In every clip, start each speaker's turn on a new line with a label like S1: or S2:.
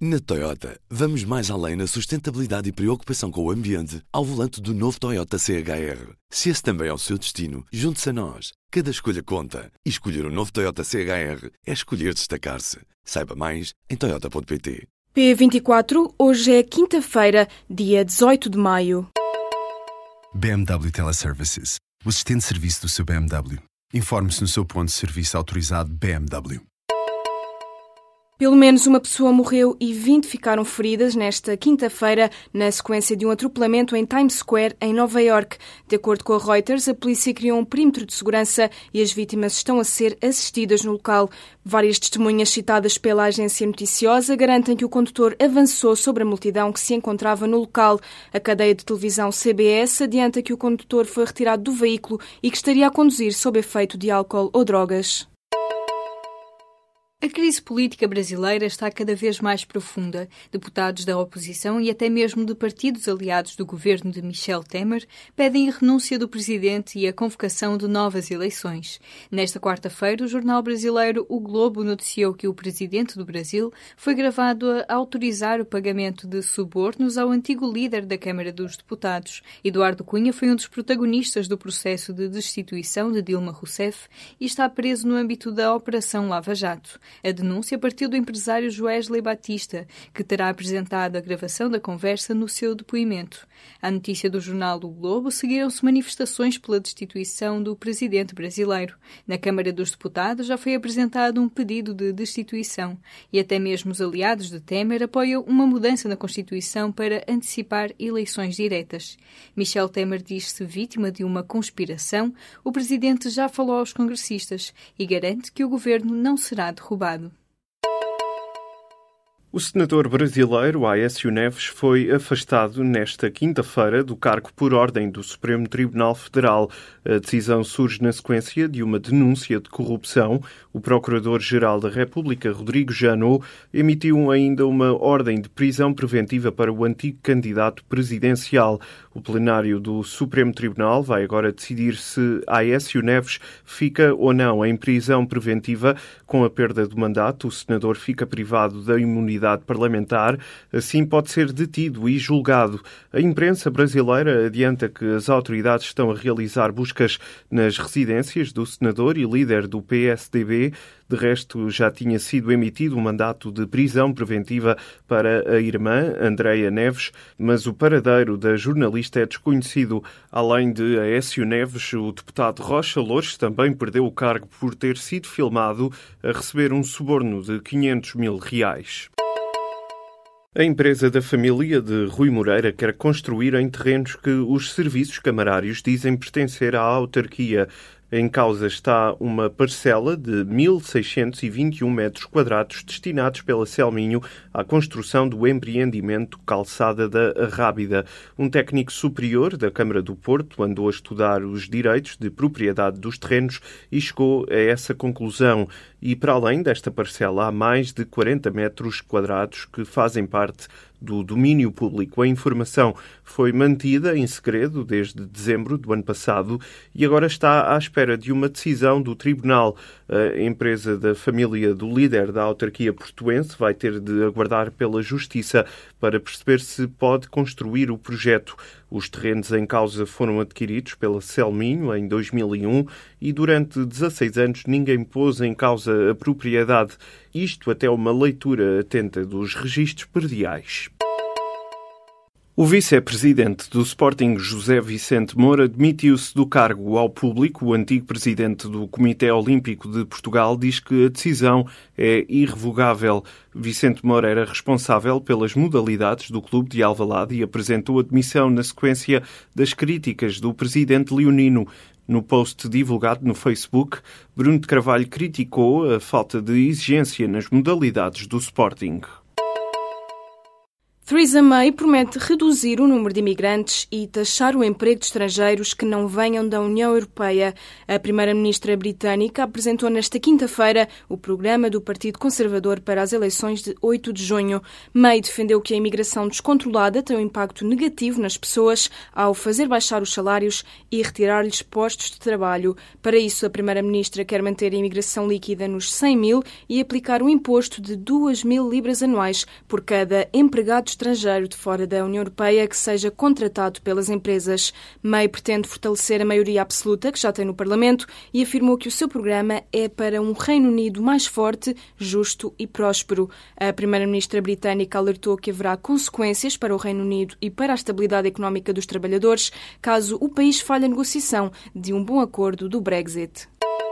S1: Na Toyota, vamos mais além na sustentabilidade e preocupação com o ambiente ao volante do novo Toyota CHR. Se esse também é o seu destino, junte-se a nós. Cada escolha conta. E escolher o novo Toyota CHR é escolher destacar-se. Saiba mais em toyota.pt.
S2: P24, hoje é quinta-feira, dia 18 de maio.
S3: BMW Teleservices, o assistente de serviço do seu BMW. Informe-se no seu ponto de serviço autorizado BMW.
S2: Pelo menos uma pessoa morreu e 20 ficaram feridas nesta quinta-feira na sequência de um atropelamento em Times Square, em Nova Iorque. De acordo com a Reuters, a polícia criou um perímetro de segurança e as vítimas estão a ser assistidas no local. Várias testemunhas citadas pela agência noticiosa garantem que o condutor avançou sobre a multidão que se encontrava no local. A cadeia de televisão CBS adianta que o condutor foi retirado do veículo e que estaria a conduzir sob efeito de álcool ou drogas.
S4: A crise política brasileira está cada vez mais profunda. Deputados da oposição e até mesmo de partidos aliados do governo de Michel Temer pedem a renúncia do presidente e a convocação de novas eleições. Nesta quarta-feira, o jornal brasileiro O Globo noticiou que o presidente do Brasil foi gravado a autorizar o pagamento de subornos ao antigo líder da Câmara dos Deputados. Eduardo Cunha foi um dos protagonistas do processo de destituição de Dilma Rousseff e está preso no âmbito da Operação Lava Jato. A denúncia partiu do empresário Joesley Batista, que terá apresentado a gravação da conversa no seu depoimento. À notícia do jornal O Globo, seguiram-se manifestações pela destituição do presidente brasileiro. Na Câmara dos Deputados já foi apresentado um pedido de destituição e até mesmo os aliados de Temer apoiam uma mudança na Constituição para antecipar eleições diretas. Michel Temer diz-se vítima de uma conspiração. O presidente já falou aos congressistas e garante que o governo não será derrubado.
S5: O senador brasileiro Aécio Neves foi afastado nesta quinta-feira do cargo por ordem do Supremo Tribunal Federal. A decisão surge na sequência de uma denúncia de corrupção. O Procurador-Geral da República, Rodrigo Janot, emitiu ainda uma ordem de prisão preventiva para o antigo candidato presidencial. O plenário do Supremo Tribunal vai agora decidir se Aécio Neves fica ou não em prisão preventiva. Com a perda do mandato, o senador fica privado da imunidade parlamentar, assim pode ser detido e julgado. A imprensa brasileira adianta que as autoridades estão a realizar buscas nas residências do senador e líder do PSDB. De resto, já tinha sido emitido um mandato de prisão preventiva para a irmã, Andreia Neves, mas o paradeiro da jornalista é desconhecido. Além de Aécio Neves, o deputado Rocha Loures também perdeu o cargo por ter sido filmado a receber um suborno de R$500 mil. A empresa da família de Rui Moreira quer construir em terrenos que os serviços camarários dizem pertencer à autarquia. Em causa está uma parcela de 1.621 metros quadrados destinados pela Selminho à construção do empreendimento Calçada da Rábida. Um técnico superior da Câmara do Porto andou a estudar os direitos de propriedade dos terrenos e chegou a essa conclusão. E para além desta parcela há mais de 40 metros quadrados que fazem parte do domínio público. A informação foi mantida em segredo desde dezembro do ano passado e agora está à espera de uma decisão do tribunal. A empresa da família do líder da autarquia portuense vai ter de aguardar pela justiça para perceber se pode construir o projeto. Os terrenos em causa foram adquiridos pela Selminho em 2001 e durante 16 anos ninguém pôs em causa a propriedade. Isto até uma leitura atenta dos registros perdiais. O vice-presidente do Sporting, José Vicente Moura, demitiu-se do cargo ao público. O antigo presidente do Comitê Olímpico de Portugal diz que a decisão é irrevogável. Vicente Moura era responsável pelas modalidades do clube de Alvalade e apresentou a demissão na sequência das críticas do presidente leonino. No post divulgado no Facebook, Bruno de Carvalho criticou a falta de exigência nas modalidades do Sporting.
S2: Theresa May promete reduzir o número de imigrantes e taxar o emprego de estrangeiros que não venham da União Europeia. A primeira-ministra britânica apresentou nesta quinta-feira o programa do Partido Conservador para as eleições de 8 de junho. May defendeu que a imigração descontrolada tem um impacto negativo nas pessoas ao fazer baixar os salários e retirar-lhes postos de trabalho. Para isso, a primeira-ministra quer manter a imigração líquida nos 100 mil e aplicar um imposto de 2.000 libras anuais por cada empregado estrangeiro de fora da União Europeia que seja contratado pelas empresas. May pretende fortalecer a maioria absoluta que já tem no Parlamento e afirmou que o seu programa é para um Reino Unido mais forte, justo e próspero. A primeira-ministra britânica alertou que haverá consequências para o Reino Unido e para a estabilidade económica dos trabalhadores caso o país falhe a negociação de um bom acordo do Brexit.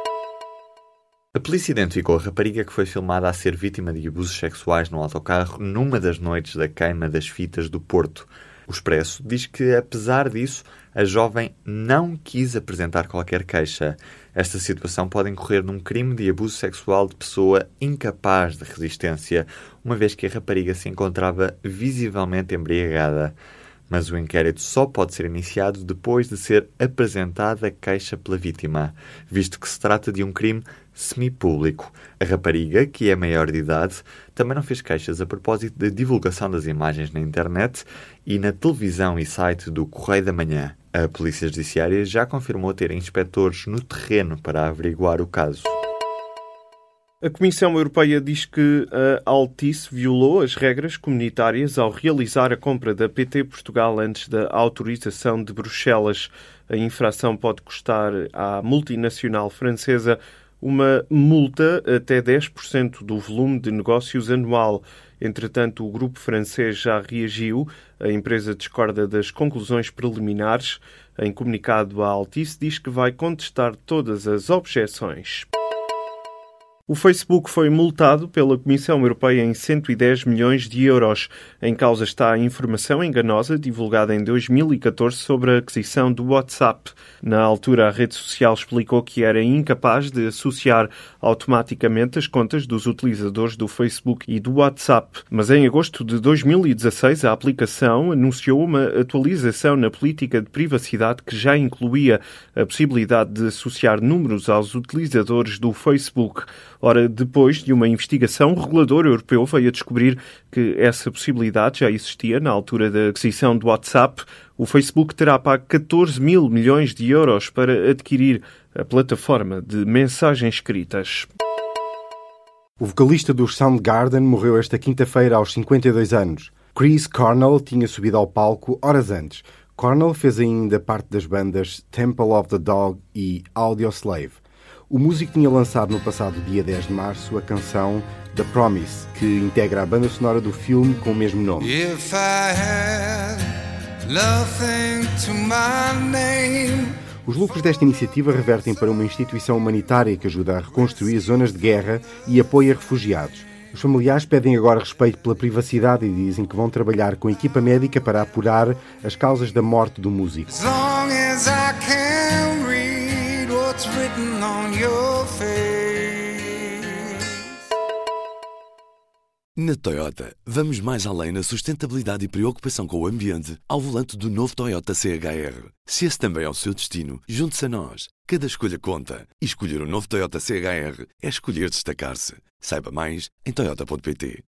S6: A polícia identificou a rapariga que foi filmada a ser vítima de abusos sexuais no autocarro numa das noites da queima das fitas do Porto. O Expresso diz que, apesar disso, a jovem não quis apresentar qualquer queixa. Esta situação pode incorrer num crime de abuso sexual de pessoa incapaz de resistência, uma vez que a rapariga se encontrava visivelmente embriagada. Mas o inquérito só pode ser iniciado depois de ser apresentada a queixa pela vítima, visto que se trata de um crime semipúblico. A rapariga, que é maior de idade, também não fez queixas a propósito da divulgação das imagens na internet e na televisão e site do Correio da Manhã. A Polícia Judiciária já confirmou ter inspectores no terreno para averiguar o caso.
S5: A Comissão Europeia diz que a Altice violou as regras comunitárias ao realizar a compra da PT Portugal antes da autorização de Bruxelas. A infração pode custar à multinacional francesa uma multa até 10% do volume de negócios anual. Entretanto, o grupo francês já reagiu. A empresa discorda das conclusões preliminares. Em comunicado, a Altice diz que vai contestar todas as objeções. O Facebook foi multado pela Comissão Europeia em 110 milhões de euros. Em causa está a informação enganosa divulgada em 2014 sobre a aquisição do WhatsApp. Na altura, a rede social explicou que era incapaz de associar automaticamente as contas dos utilizadores do Facebook e do WhatsApp. Mas em agosto de 2016, a aplicação anunciou uma atualização na política de privacidade que já incluía a possibilidade de associar números aos utilizadores do Facebook. Ora, depois de uma investigação, o regulador europeu veio a descobrir que essa possibilidade já existia na altura da aquisição do WhatsApp. O Facebook terá pago 14 mil milhões de euros para adquirir a plataforma de mensagens escritas.
S7: O vocalista dos Soundgarden morreu esta quinta-feira aos 52 anos. Chris Cornell tinha subido ao palco horas antes. Cornell fez ainda parte das bandas Temple of the Dog e Audioslave. O músico tinha lançado no passado dia 10 de março a canção The Promise, que integra a banda sonora do filme com o mesmo nome. Os lucros desta iniciativa revertem para uma instituição humanitária que ajuda a reconstruir zonas de guerra e apoia refugiados. Os familiares pedem agora respeito pela privacidade e dizem que vão trabalhar com a equipa médica para apurar as causas da morte do músico.
S1: Na Toyota, vamos mais além na sustentabilidade e preocupação com o ambiente ao volante do novo Toyota CHR. Se esse também é o seu destino, junte-se a nós. Cada escolha conta. E escolher o novo Toyota CHR é escolher destacar-se. Saiba mais em toyota.pt.